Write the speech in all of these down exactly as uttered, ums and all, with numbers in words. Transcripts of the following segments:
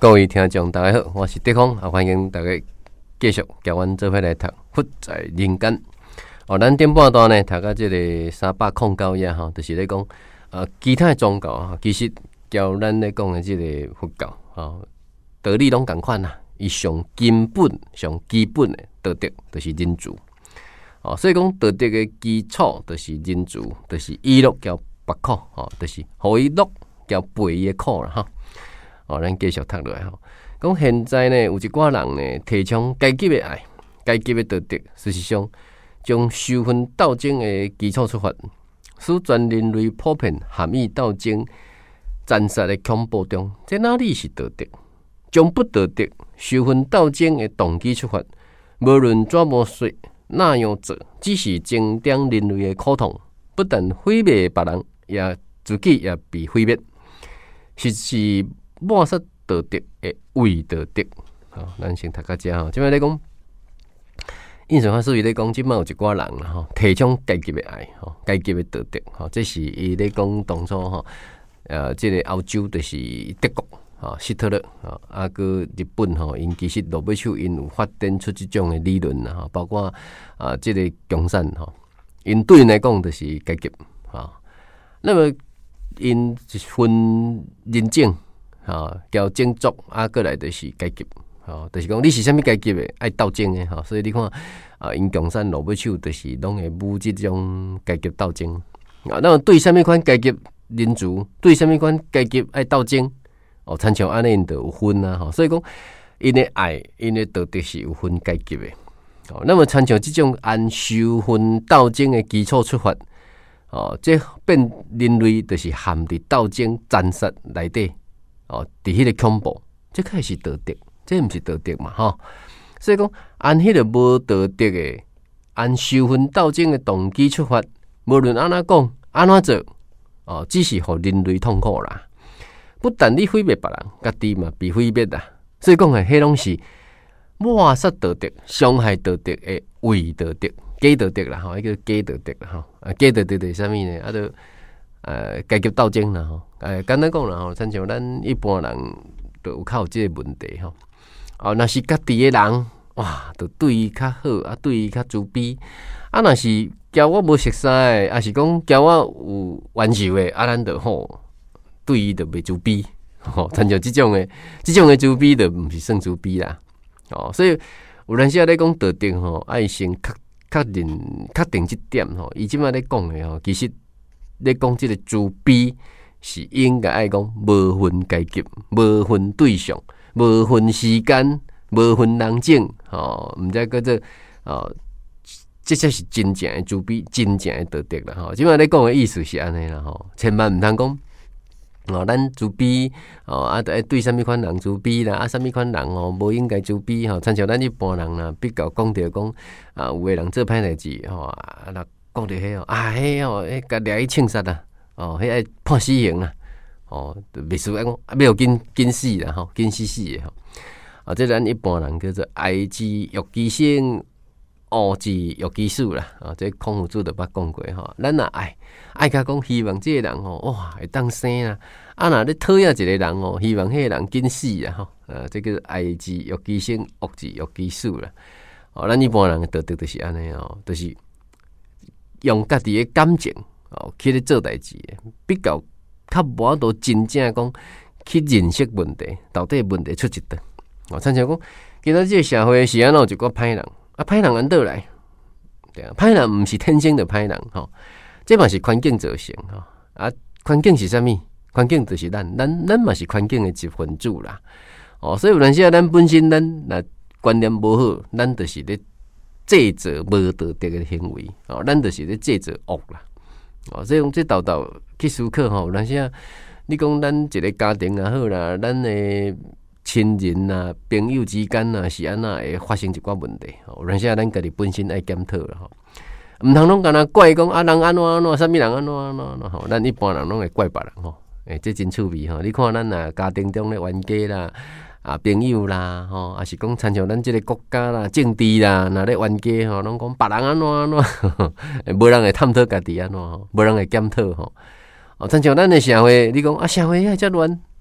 各位听众大家好，我是德康，啊，欢迎大家继续交阮做伙来读《佛在人间》。哦，咱顶半段呢，读到这个三百空九页吼，就是咧讲，呃，其他的宗教哈，其实交咱咧讲的这个佛教吼，道理拢共款啦。伊上根本、上基本的道德，就是忍辱。哦，所以讲道德的基础就是忍辱，就是以乐交百苦，哦，就是互伊乐交陪伊的苦啦，哈。哦，咱继续读落来吼。讲现在呢，有一寡人呢提倡阶级的爱、阶级的道德，事实上从修分斗争的基础出发，使全人类普遍含义斗争、残杀的恐怖中，这哪里是道德？从不道德修分斗争的动机出发，无论怎么说、哪样做，只是增添人类的苦痛，不但毁灭别人，也自己也被毁灭，实是抹杀道德的伪道德。好，咱先读到这吼。即摆咧讲，印象法师伊咧讲，即摆有一寡人啦吼，提倡阶级的爱吼，阶级的道德吼，这是伊咧讲当初吼，呃，即、這個歐洲就是德國吼，希特勒吼，啊個日本吼，因其實諾貝爾因有發展出即種的理論啦吼，包括啊，即、這個共產吼，因對因來講就是階級吼。那麼因一分人種。吼，交種族啊，過來就是階級，吼，就是講你是啥物階級的，愛鬥爭的，吼，所以你看啊，因共產諾貝爾就是攏會舞即種階級鬥爭啊。那麼對啥物款階級忍辱，對啥物款階級愛鬥爭，哦，親像安尼因就有分啊，吼，所以講因的愛，因的道德是有分階級的，哦，那麼親像即種按修分鬥爭的基礎出發，哦，這變人類就是陷佇鬥爭殘殺內底。哦，伫迄個恐怖，這開是道德，這毋是道德嘛，吼。所以講按迄個無道德嘅，按修分鬥爭嘅動機出發，無論安怎講，安怎做，哦，只是互人類痛苦啦。不但你毀滅別人，家己嘛被毀滅啦。所以講誒，迄攏是抹殺道德、傷害道德嘅偽道德、假道德啦，吼，迄個假道德啦，吼。啊，假道德係啥物呢？啊，就呃階級鬥爭啦，吼。誒，簡單講啦，吼，親像咱一般人都有較有即個問題，吼。哦，若是家己的人，哇，就對伊較好，啊，對伊較自卑。啊，若是交我無熟悉的，啊是講交我有冤仇的，啊，咱就吼，對伊就袂自卑，吼。親像即種的，即種的自卑就毋是算自卑啦。哦，所以有陣時咧講道德，吼，愛先確確認確定即點，吼。伊即擺咧講的，吼，其實咧講即個自卑。是應該愛講無分階級、無分對象、無分時間、無分人種，吼，毋知叫做哦，這才是真正的自卑、真正的道德啦，吼。即擺咧講的意思是安尼啦，吼，千萬毋通講哦，咱自卑哦，啊，對對啥物款人自卑啦，啊，啥物款人哦，無應該自卑吼。親像咱一般人啦，比較講着講啊，有個人做歹代志吼，啊，若講着迄哦，啊，迄哦，迄甲掠去槍殺啊。哦，迄愛判死刑啦！哦，袂輸愛講啊，要緊緊死啦，吼，緊死死的吼。啊，即咱一般人叫做愛之欲其生，惡之欲其死啦。啊，即孔夫子就捌講過吼。咱若愛愛甲講希望即個人吼，哇，會當生啦。啊，若咧討厭一個人吼，希望迄個人緊死啦，吼。啊，即叫做愛之欲其生，惡之欲其死啦。哦，咱一般人嘅道德就是安尼哦，就是用家己嘅感情。哦，去咧做代志，比較較無法度真正講去認識問題，到底問題出一倒。哦，親像講，今仔即個社會是安怎一個歹人，啊，歹人安倒來？對啊，歹人毋是天生的歹人，吼、哦，這嘛是環境造成，吼、哦，啊，環境是啥物？環境就是咱，咱咱嘛是環境的一份子啦。哦，所以有陣時啊，咱本身咱若觀念無好，咱就是咧製造無道德嘅行為，哦，咱就是咧製造惡啦。哦，所以講即豆豆去思考吼，有陣時啊，你講咱一個家庭也好啦，咱誒親人啊、朋友之間啊，是安怎會發生一寡問題？有陣時啊，咱家己本身愛檢討啦，吼，毋通攏干那怪講啊，人安怎安怎，啥物人安怎安怎安怎吼，咱一般人攏會怪別人吼，誒，這真趣味吼。你看咱啊家庭中咧冤家啦。啊，朋友啦，吼，啊是講親像咱即個國家啦、政治啦，若咧冤家吼，攏講別人安怎安怎，無人會探討家己安怎吼，無人會檢討吼。哦，親像咱的社會，你講啊，社會遐遮亂，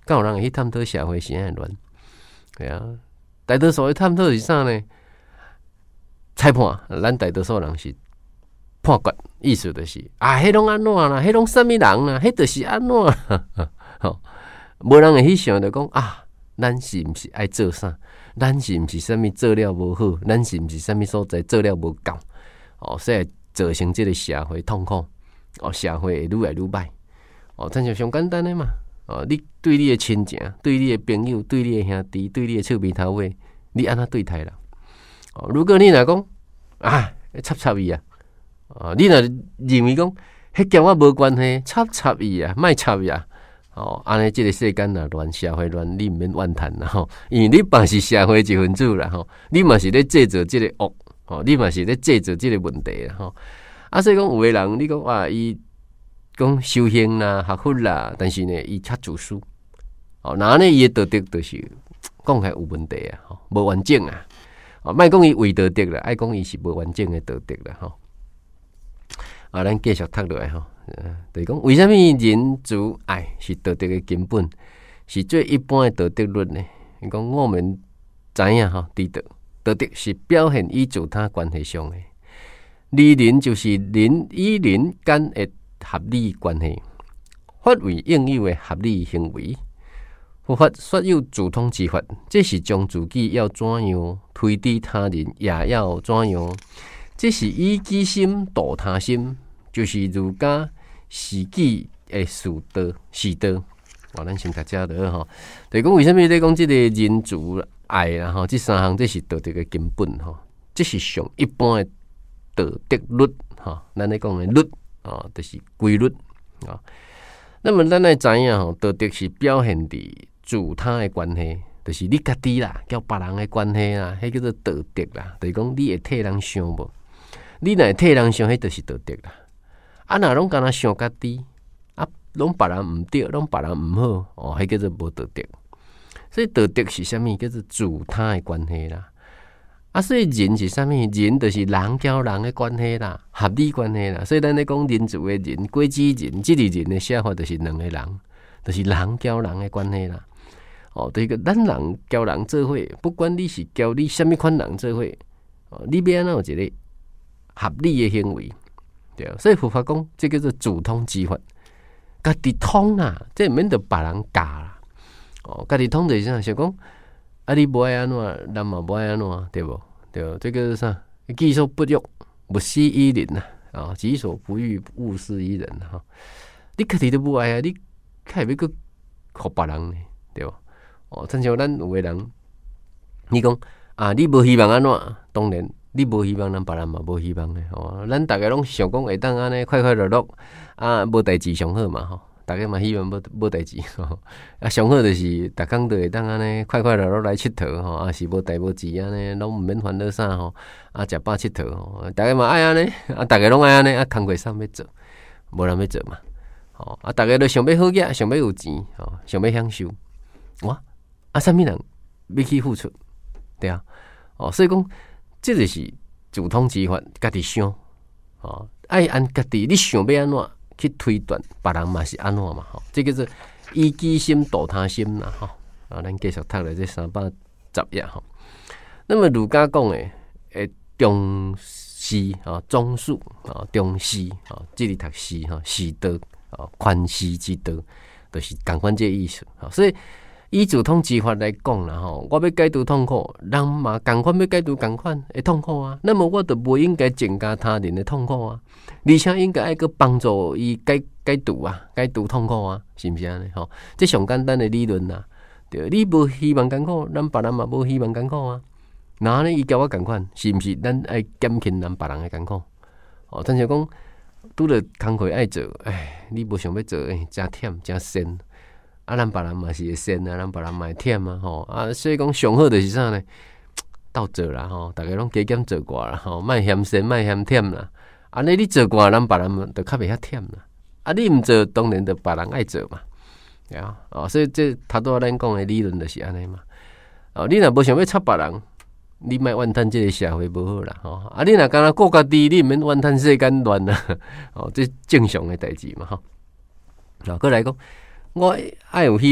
敢有人会去探讨社会是安乱？对啊，大多数的探讨是啥呢？裁判，咱大多数人是判决，意思就是啊，迄拢安怎啦？迄拢啥物人啦？迄就是安怎啦？吼，无人会去想着讲啊，咱是毋是爱做啥？咱是毋是啥物做了无好？咱是毋是啥物所在做了无够？哦，所以造成即个社会痛苦，哦，社会会愈来愈歹。哦，咱就上简单的嘛。哦，你对你的亲情、对你的朋友、对你的兄弟、对你的臭鼻头尾，你安怎对待啦？哦，如果你若讲啊，插插伊啊，哦，你若认为讲迄跟我无关系，插插伊啊，莫插伊啊。哦，安尼即个世间若乱，社会乱，你毋免怨叹啦吼，因为你嘛是社会一份子啦吼，你嘛是咧制造即个恶，哦，你嘛是咧制造即个问题啦吼。啊，所以讲有诶人，你讲哇，伊讲修行啦、学佛啦，但是呢，伊较自私，哦，那呢伊诶道德就是讲起来有问题啊，吼，无完整啊，哦，莫讲伊伪道德啦，爱讲伊是无完整诶道德啦，吼。啊，咱继续读落来吼。就是讲，为什么人主爱是道德的根本，是最一般的道德律呢？伊讲我们知影吼，知道道德是表现与自他关系上的，理人就是人与人间的合理关系，法为应有的合理行为。佛法说有自通之法，这是将自己要怎样推知他人，也要怎样，这是以己心度他心，就是儒家是己的士道是道。哦，咱先读遮落吼，就是讲为什么咧讲即个人主爱啦吼，即三项这是道德的根本吼，这是上一般的道德律吼，咱咧讲的律哦，就是规律啊。那么咱来知影吼，道德是表现伫自他的关系，就是你家己啦，交别人的关系啦，迄叫做道德啦。就是讲你会替人想无？你若会替人想，迄就是道德啦。啊，若拢干那想家己，啊，拢别人毋对，拢别人毋好，哦，迄叫做无道德。所以道德是啥物？叫做自他的关系啦。啊，所以人是啥物？人就是人交人的关系啦，合理关系啦。所以咱咧讲人族的人、果子人，即个人的写法就是两个人，就是人交人的关系啦。哦，就是个咱人交人做伙，不管你是交你啥物款人做伙，哦，你要安怎有一个合理的行为，对。所以佛法讲，这叫做自通之法，家己通啦，这毋免得别人教啦。哦，家己通就是啥？想讲啊，你无爱安怎，人嘛无爱安怎，对无？对，这个是啥？己所不欲，勿施于人呐。啊，己所不欲，勿施于人哈。你家己都无爱啊，你开要去互别人呢，对无？哦，亲像咱有个人，你讲啊，你无希望安怎？当然，你无希望，咱别人嘛无希望的。哦，咱大家拢想讲会当安尼快快乐乐啊，无代志上好嘛吼。大家嘛希望无无代志吼，啊上好就是逐工都会当安尼快快乐乐来佚佗吼，啊是无代无志安尼，拢毋免烦恼啥吼，啊食饱佚佗吼，大家嘛爱安尼，啊大家拢爱安尼，啊工课啥要做，无人要做嘛，吼啊大家都想要好嘢，想要有钱，吼想要享受，哇！啊，啥物人要去付出，对啊，哦，所以讲，这就是自通之法，家己想，哦，爱按家己，你想要安怎去推断，别人嘛是安怎嘛，吼，这叫做以己心度他心啦，吼，啊，咱继续读了这三百十页吼。那么儒家讲诶，诶，中士啊，中士啊，中士啊，这里读士哈，士道啊，宽施之道，就是共款这意思，啊，所以。以自通之法来讲啦吼，我要解除痛苦，人嘛共款要解除共款会痛苦啊。那么我就不应该增加他人的痛苦啊，而且应该爱去帮助伊解解除啊，解除痛苦啊，是毋是安尼吼？这上简单的理论啦，对，你无希望艰苦，咱别人嘛无希望艰苦啊。那呢，伊交我共款，是毋是？咱爱减轻咱别人的艰苦。哦，但是讲拄着工课爱做，哎，你无想要做，哎，真忝真辛。啊，咱别人嘛是会先啊，咱别人嘛会忝啊，吼啊，所以讲上好就是啥呢？斗做啦，吼，大家拢加减做寡啦，吼，莫嫌辛，莫嫌忝啦。安尼你做寡，咱别人就较袂遐忝啦。啊，你毋做，当然就别人爱做嘛，对啊，哦，所以这头拄仔咱讲的理论就是安尼嘛。哦，你若无想要插别人，你莫怨叹这个社会无好啦，吼。啊，你若干那顾家己，你毋免怨叹世间乱啦，哦，这正常的代志嘛，吼。啊，过来讲。我爱有喜乐，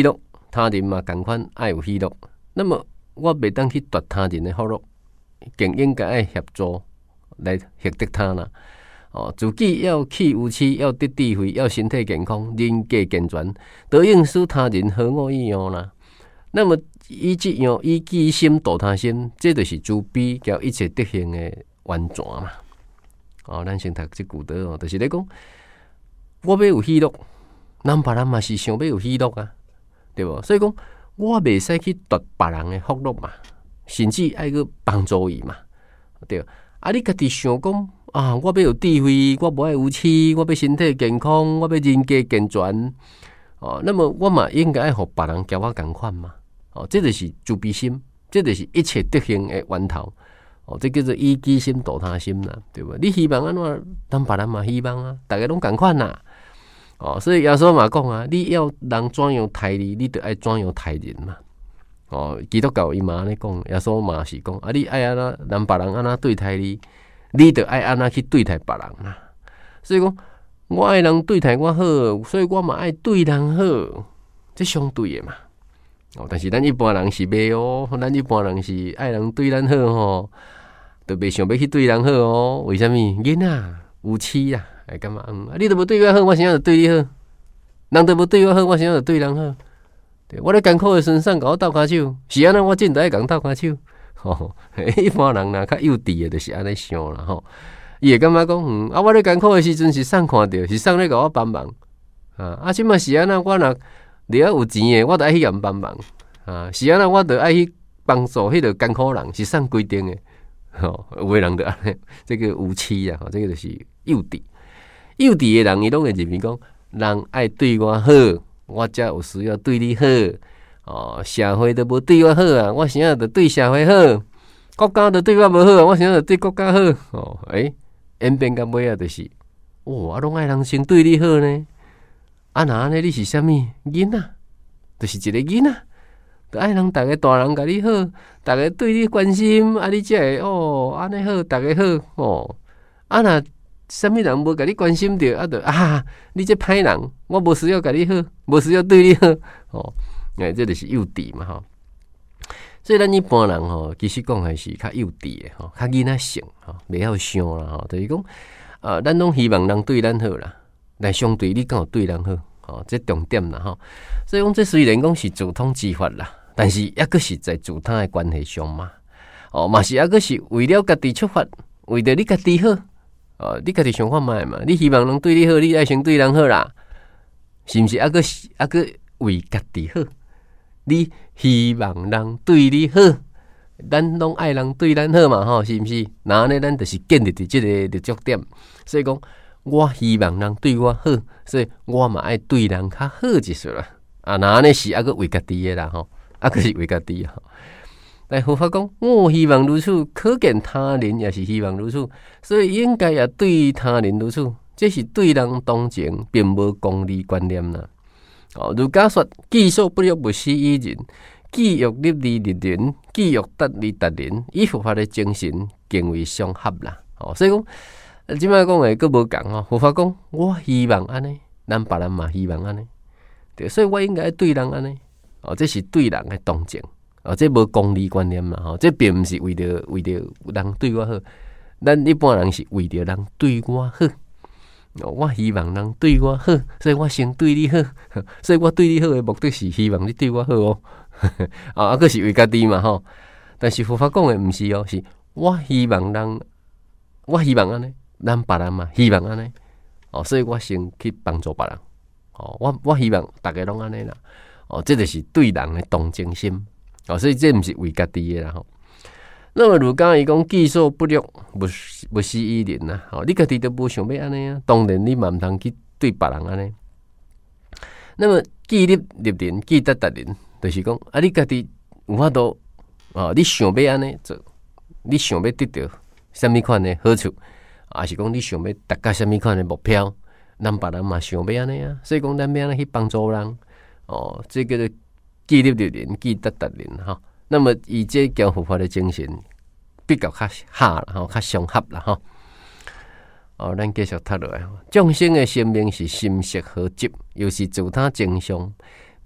他人嘛同款爱有喜乐。那么我袂当去夺他人的福乐，更应该爱协助来获得他啦。哦，自己要去有气，要得智慧，要身体健康，人格健全，得应使他人和我一样啦。那么以这样以己心度他心，这就是慈悲交一切德行的完全嘛。哦，咱先读这句道哦，就是咧讲，我要有喜乐，咱别人嘛是想要有喜乐啊，对不？所以讲，我袂使去夺别人的福乐嘛，甚至爱去帮助伊嘛，对。啊，你家己想讲啊，我要有智慧，我无爱有气，我要身体健康，我要人格健全。哦，那么我嘛应该爱互别人交我共款嘛。哦，这就是慈悲心，这就是一切德行的源头。哦，这叫做以己心度他心啦，对不？你希望安怎，咱别人嘛希望啊，大家拢共款啦。哦，所以耶稣嘛讲啊，你要人怎样待你，你就爱怎样待人嘛。哦，基督教伊嘛安尼讲，耶稣嘛是讲啊，你爱安怎，人别人安怎对待你，你就爱安怎去对待别人啦。所以讲，我爱人对待我好，所以我嘛爱对人好，这相对的嘛。哦，但是咱一般人是袂哦，咱一般人是爱人对咱好吼，都袂想要去对人好哦。为什么？囡仔有气啦，哎干嘛？嗯，你都无对我好，我想要对你好；人都无对我好，我想要对人好。对，我咧艰苦的身上，甲我斗骹手，是安尼，我真得爱共斗骹手。吼，一般人呐，较幼稚的，就是安尼想啦吼。伊会感觉讲，嗯，啊，我咧艰苦的时阵是送看到，是送咧甲我帮忙啊。啊，即嘛是安尼，我若你要有钱的，我得爱去人帮忙啊。是安尼，我得爱去帮助迄个艰苦人，是送规定的。吼，有的人就安尼，这个无耻啊，这个就是幼稚。幼稚的人，伊拢会认为讲，人爱对我好。我才有需要对你好哦，社会都无对我好啊，我想要就对社会好，国家都对我无好啊，我想要就对国家好哦。诶，演变到尾啊，就是哦，我拢爱人先对你好呢。啊，那安尼你是啥物囡仔？就是一个囡仔，就爱人逐个大人甲你好，逐个对你关心，啊，你才会哦，安尼好，逐个好哦。啊，那啥物人无甲你关心着，啊，就啊，你这歹人，我无需要甲你好，无需要对你好，哦，哎，这就是幼稚嘛，吼。所以咱一般人吼，其实讲还是较幼稚的吼，较囡仔性吼，袂晓想啦吼。就是讲，啊，咱拢希望人对咱好啦，但相对你敢有对人好，吼，这重点啦吼。所以讲，这虽然讲是自通之法啦，但是抑个是在自他的关系上嘛，哦，嘛是抑个是为了家己出发，为着你家己好。哦，你家己想看卖嘛？你希望人对你好，你爱先对人好啦，是毋是？啊个啊个为家己好，你希望人对你好，咱拢爱人对咱好嘛？吼，是毋是？那安尼咱就是建立伫即个立足点。所以讲，我希望人对我好，所以我嘛爱对人较好就是啦。啊，那安尼是啊个为家己的啦，吼，啊个是为家己吼。但佛法讲，我希望如此，可见他人也是希望如此，所以应该也对他人如此。这是对人同情，并无功利观念啦。哦，儒家说：己所不欲，勿施于人；己欲立利立人，己欲达利达人。以佛法的精神更为相合啦。哦，所以讲，即摆讲诶，佫无共吼。佛法讲，我希望安尼，咱别人嘛希望安尼，对，所以我应该对人安尼。哦，这是对人诶同情。哦，这无功利观念嘛，吼，这并毋是为着为着人对我好，咱一般人是为着人对我好。哦，我希望人对我好，所以我先对你好，所以我对你好的目的是希望你对我好哦。啊，啊，个是为家己嘛，吼。但是佛法讲的毋是哦，是我希望人，我希望安尼，咱别人嘛希望安尼。哦，所以我先去帮助别人。哦，我我希望大家拢安尼啦。哦，这就是对人的同情心。哦，所以这毋是为家己的啦吼。那么儒家伊讲，己所不欲，勿勿施于人呐。哦，你家己都无想要安尼啊，当然你嘛毋通去对别人安尼。那么己立立人，己达达人，就是讲啊，你家己有法度哦，你想要安尼做，你想要得到什么款的好处，还是讲你想要达到什么款的目标，咱别人嘛想要安尼啊。所以讲，咱要安尼去帮助人哦，这个。己立立人，己达达人哈。那么以这教佛法的精神比较较合啦，吼，较相合啦，吼。哦，咱继续读落来。众生的生命是心识合集，又是自他正常，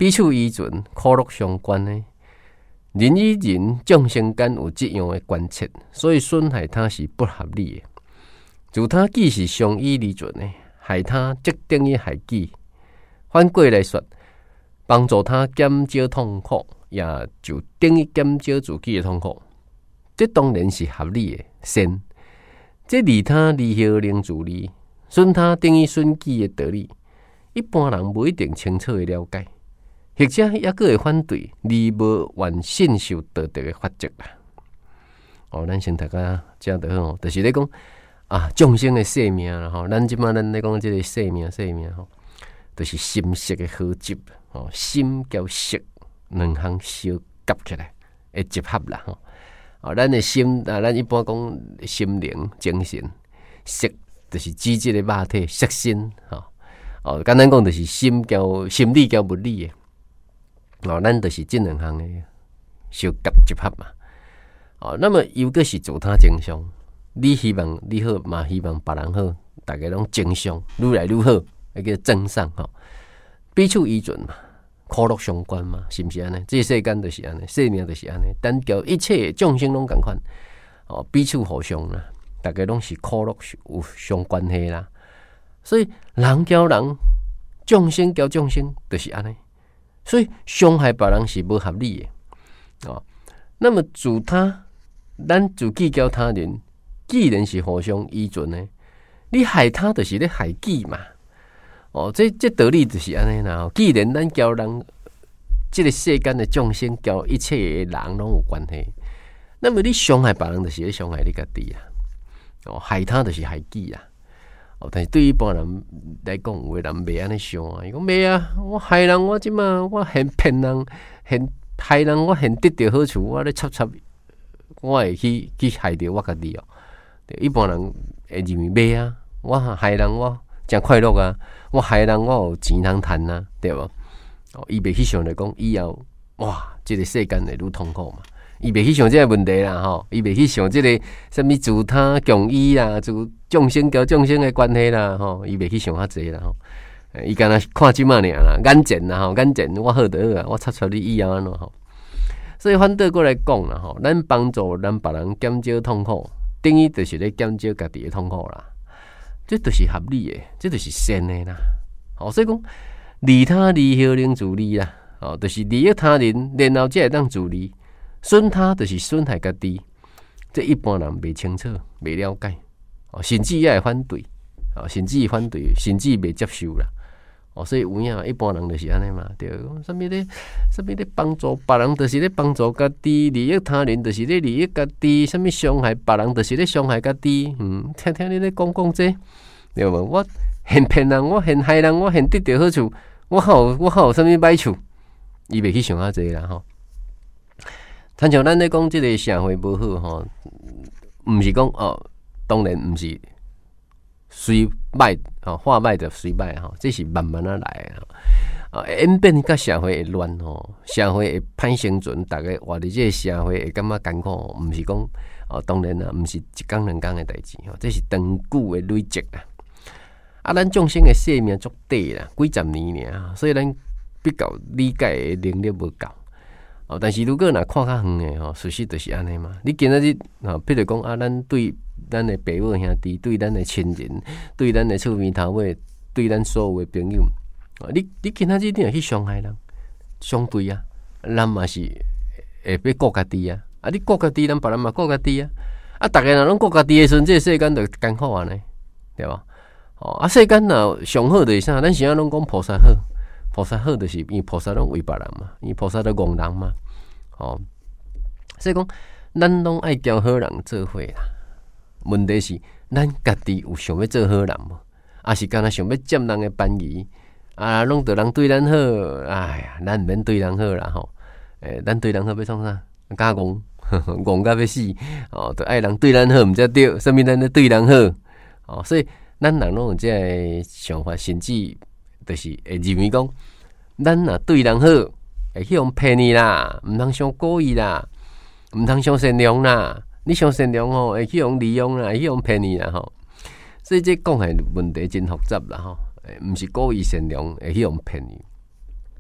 彼此依存，苦乐相关呢。人与人众生间有这样的关切，所以损害他是不合理的。自他既是相依而存的，害他即等于害己。反过来说，帮助他减少痛苦，也就等于减少自己的痛苦。这当然是合理的善。这利他利后能自利，损他等于损己的道理，一般人不一定清楚的了解，或者也个会反对，而无愿信受道德的法则啦。哦，咱先大家这就好，就是咧讲啊，众生的生命啦吼，咱即马咱咧讲这个生命，生命吼，就是心色的合集哦，心交色两项相夹起来会结合啦吼。哦，咱的心啊，咱一般讲心灵、精神，色就是指这个肉体色身吼。哦，简单讲就是心交心理交物理的。哦，咱就是这两项的相夹结合嘛。哦，那么又个是自他正常，你希望你好，嘛希望别人好，大家拢正常，愈来愈好，那叫正上吼，彼此依存嘛。苦乐相关嘛，是不是安尼？这世间就是安尼，生命就是安尼。但叫一切众生拢共款，哦，彼此互相啦，大家拢是苦乐有相关系啦。所以人交人，众生交众生，就是安尼。所以伤害别人是不合理的哦。那么自他，咱自己交他人，既然是互相依存的，你害他就是咧害己嘛。哦，这这道理就是安尼啦。既然咱交人，这个世间的众生交一切的人拢有关系，那么你伤害别人，就是咧伤害你家己啊。哦，害他就是害己啊。哦，但是对一般人来讲，有的人袂安尼想啊。伊讲袂啊，我害人，我即马我嫌骗人，嫌害人，我嫌得到好处，我咧插插，我会去去害着我家己哦。一般人会认为袂啊，我害人我。真快乐啊！我害人，我有钱通赚啊，对无？哦，伊袂去想来讲以后，哇，这个世间会愈痛苦嘛。伊袂去想这个问题啦，吼，伊袂去想这个什么自他共依啦，自众生交众生的关系啦，吼，伊袂去想遐济啦，吼。伊干那看即马尔啦，眼前啦，吼，眼前我好得好啊，我插插你以后安怎吼。所以反倒过来讲啦，吼，咱帮助咱别人减少痛苦，等于就是咧减少家己的痛苦啦。这就是合理的，这就是善的啦。好、哦，所以讲利他利后能自利啦。哦，就是利益他人，然后才会当自利。损他就是损害家己。这一般人未清楚、未了解，哦，甚至也会反对，哦，甚至反对，甚至未接受啦。哦，所以有影一般人就是安尼嘛，对，什么咧，什么咧帮助别人，就是咧帮助家己；利益他人，就是咧利益家己；什么伤害别人，就是咧伤害家己。嗯，听听你咧讲讲这，对无？我嫌骗人，我嫌害人，我嫌得到好处，我好我好有什么歹处？伊袂去想遐济啦吼。参像咱咧讲即个社会无好吼，毋是讲哦，当然毋是。随歹哦，化歹就随歹吼，这是慢慢啊来啊。啊，演变甲社会会乱吼，社会会歹生存，大家活伫这个社会会感觉艰苦，毋是讲哦，当然啦，毋是一工两工的代志吼，这是长久的累积啊。啊，咱众生的生命足短啦，几十年尔，所以咱比较理解的能力无够。哦，但是如果若看较远的吼，事实就是安尼嘛。你今仔日吼，譬如讲啊，咱对咱的爸母兄弟，对咱的亲人，对咱的厝边头尾，对咱所有的朋友，哦，你你今仔日你若去伤害人，相对啊，咱嘛是会要顾家己啊。啊，你顾家己，咱别人嘛顾家己啊。啊，逐个人拢顾家己的时阵，这个世间就艰苦啊呢，对吧？哦，啊，世间若上好就是啥？咱现在拢讲菩萨好。菩萨好就是因为菩萨拢为别人嘛，因为菩萨都戆人嘛，哦，所以讲咱拢爱交好人做伙啦。问题是咱家己有想要做好人无？还是干那想要占人的便宜？啊，拢得人对咱好，哎呀，咱毋免对人好啦吼。诶、欸，咱对人好要创啥？假戆，戆到要死哦，得爱人对咱好，毋则对，说明咱咧对人好哦。所以咱人拢有这个想法，甚至。就是会认为讲，咱若对人好，会去用骗你啦，毋通伤故意啦，毋通伤善良啦。你伤善良吼，会去用利用啦，会去用骗你啦吼。所以这讲的问题真复杂啦吼，毋是故意善良，会去用骗你。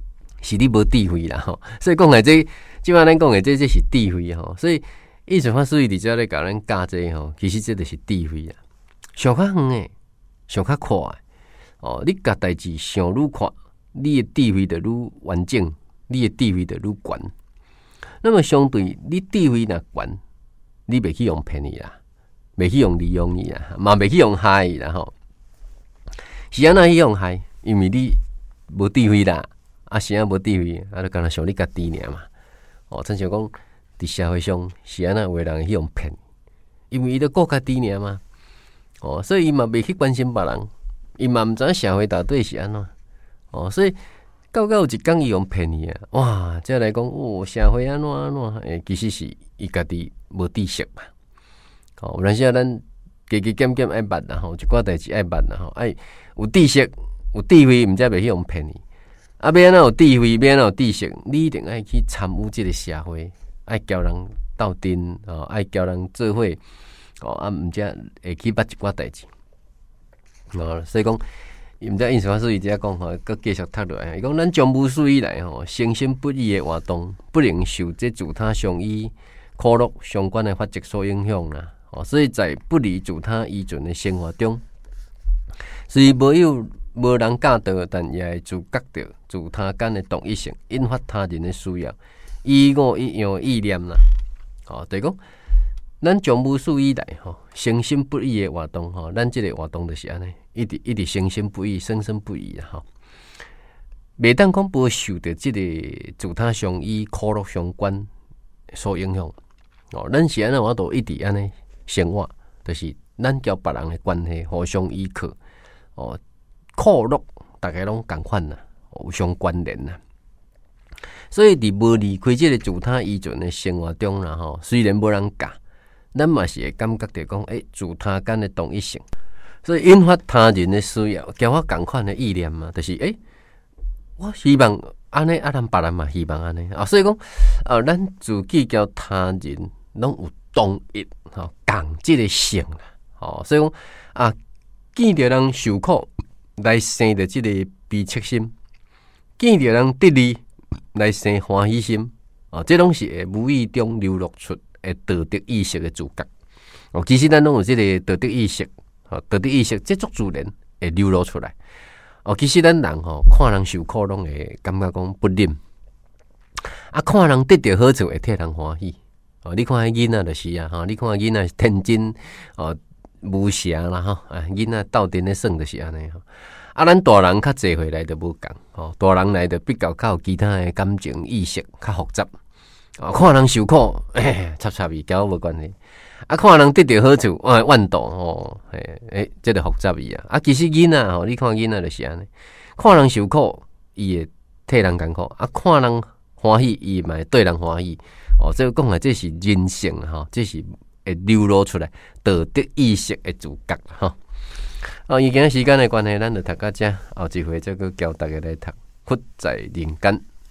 是你无智慧啦吼。所以讲诶，这即摆咱讲诶，这这是智慧吼。所以艺术法师伫遮咧甲咱教这吼，其实这就是智慧啦。上较远诶，上较快诶。哦，你甲代志想愈快，你诶智慧就愈完整，你诶智慧就愈悬。那么相对，你智慧若悬，你袂去用骗伊啦，袂去用利用伊啦，嘛袂去用害伊啦吼。是安那去用害？因为你无智慧啦，啊是安无智慧，啊就干那想你家己尔嘛。哦，亲像讲伫社会上是安那有诶人去用骗，因为伊都顾家己尔嘛。哦，所以伊嘛袂去关心别人。伊嘛毋知影社会大底是安怎，哦，所以到到有一天伊用骗你啊，哇！再来讲，哦，社会安怎安怎，诶，其实是伊家己无知识嘛。哦，有阵时啊，咱加加减减爱捌啦吼，一寡代志爱捌啦吼，爱有知识、有智慧，毋则袂去用骗你。啊，要安怎有智慧，要安怎有知识，你一定爱去参与即个社会，爱交人斗阵，哦，爱交人做伙，哦，啊，毋则会去捌一寡代志。哦，所以讲，毋知印象法师伊遮讲吼，佮继续读落来。伊讲，咱从无始以来吼，生生不已的活动，不能受这自他相依、苦乐相关的法则所影响啦。哦，所以在不离自他依存的生活中，虽无有无人教导，但也会自觉着自他间的同一性，引发他人的需要，以我一样意念啦。哦，就是讲。咱从无始以来吼，生生不已的活动吼，咱即个活动就是安尼，一直一直生生不已，生生不已啦吼。袂当讲无受到即个自他相依、苦乐相关所影响哦。咱是安尼，我都一直安尼生活，就是咱交别人的关系互相依靠哦，苦乐大家拢共款啦，互相关联啦。所以伫无离开即个自他依存的生活中啦吼，虽然无人教。咱嘛是会感觉着讲，诶，自他间的同一性，所以引发他人的需要，交我共款的意念嘛，就是诶，我希望安尼，啊，咱别人嘛希望安尼啊，所以讲，呃，咱自己交他人拢有同一吼共即个性啦，吼，所以讲啊，见着人受苦来生着即个悲切心，见着人得利来生欢喜心，哦，这拢是会无意中流露出。诶，道德意识的自觉哦，其实咱拢有这个道德意识，哦，道德意识这足自然会流露出来哦。其实咱人吼，看人受苦，拢会感觉讲不忍啊；看人得到好处，会替人欢喜哦。你看迄囡仔就是啊，吼，你看囡仔天真哦，无邪啦，吼啊，囡仔斗阵咧耍就是安尼吼。啊，咱大人较济回来就无共哦，大人来就比较较有其他的感情意识较复杂。啊，看人受苦，哎，插插伊，交我无关系。啊，看人得到好处，哎，万道哦，诶诶，这个复杂伊啊。啊，其实囡仔吼，你看囡仔就是安尼，看人受苦，伊会替人艰苦；啊，看人欢喜，伊嘛会对人欢喜。哦，这个讲啊，这是人性哈，这是会流露出来道德意识的自觉哈。哦，因今时间的关系，咱就读到这，后一回再个教大家来读《佛在人间》。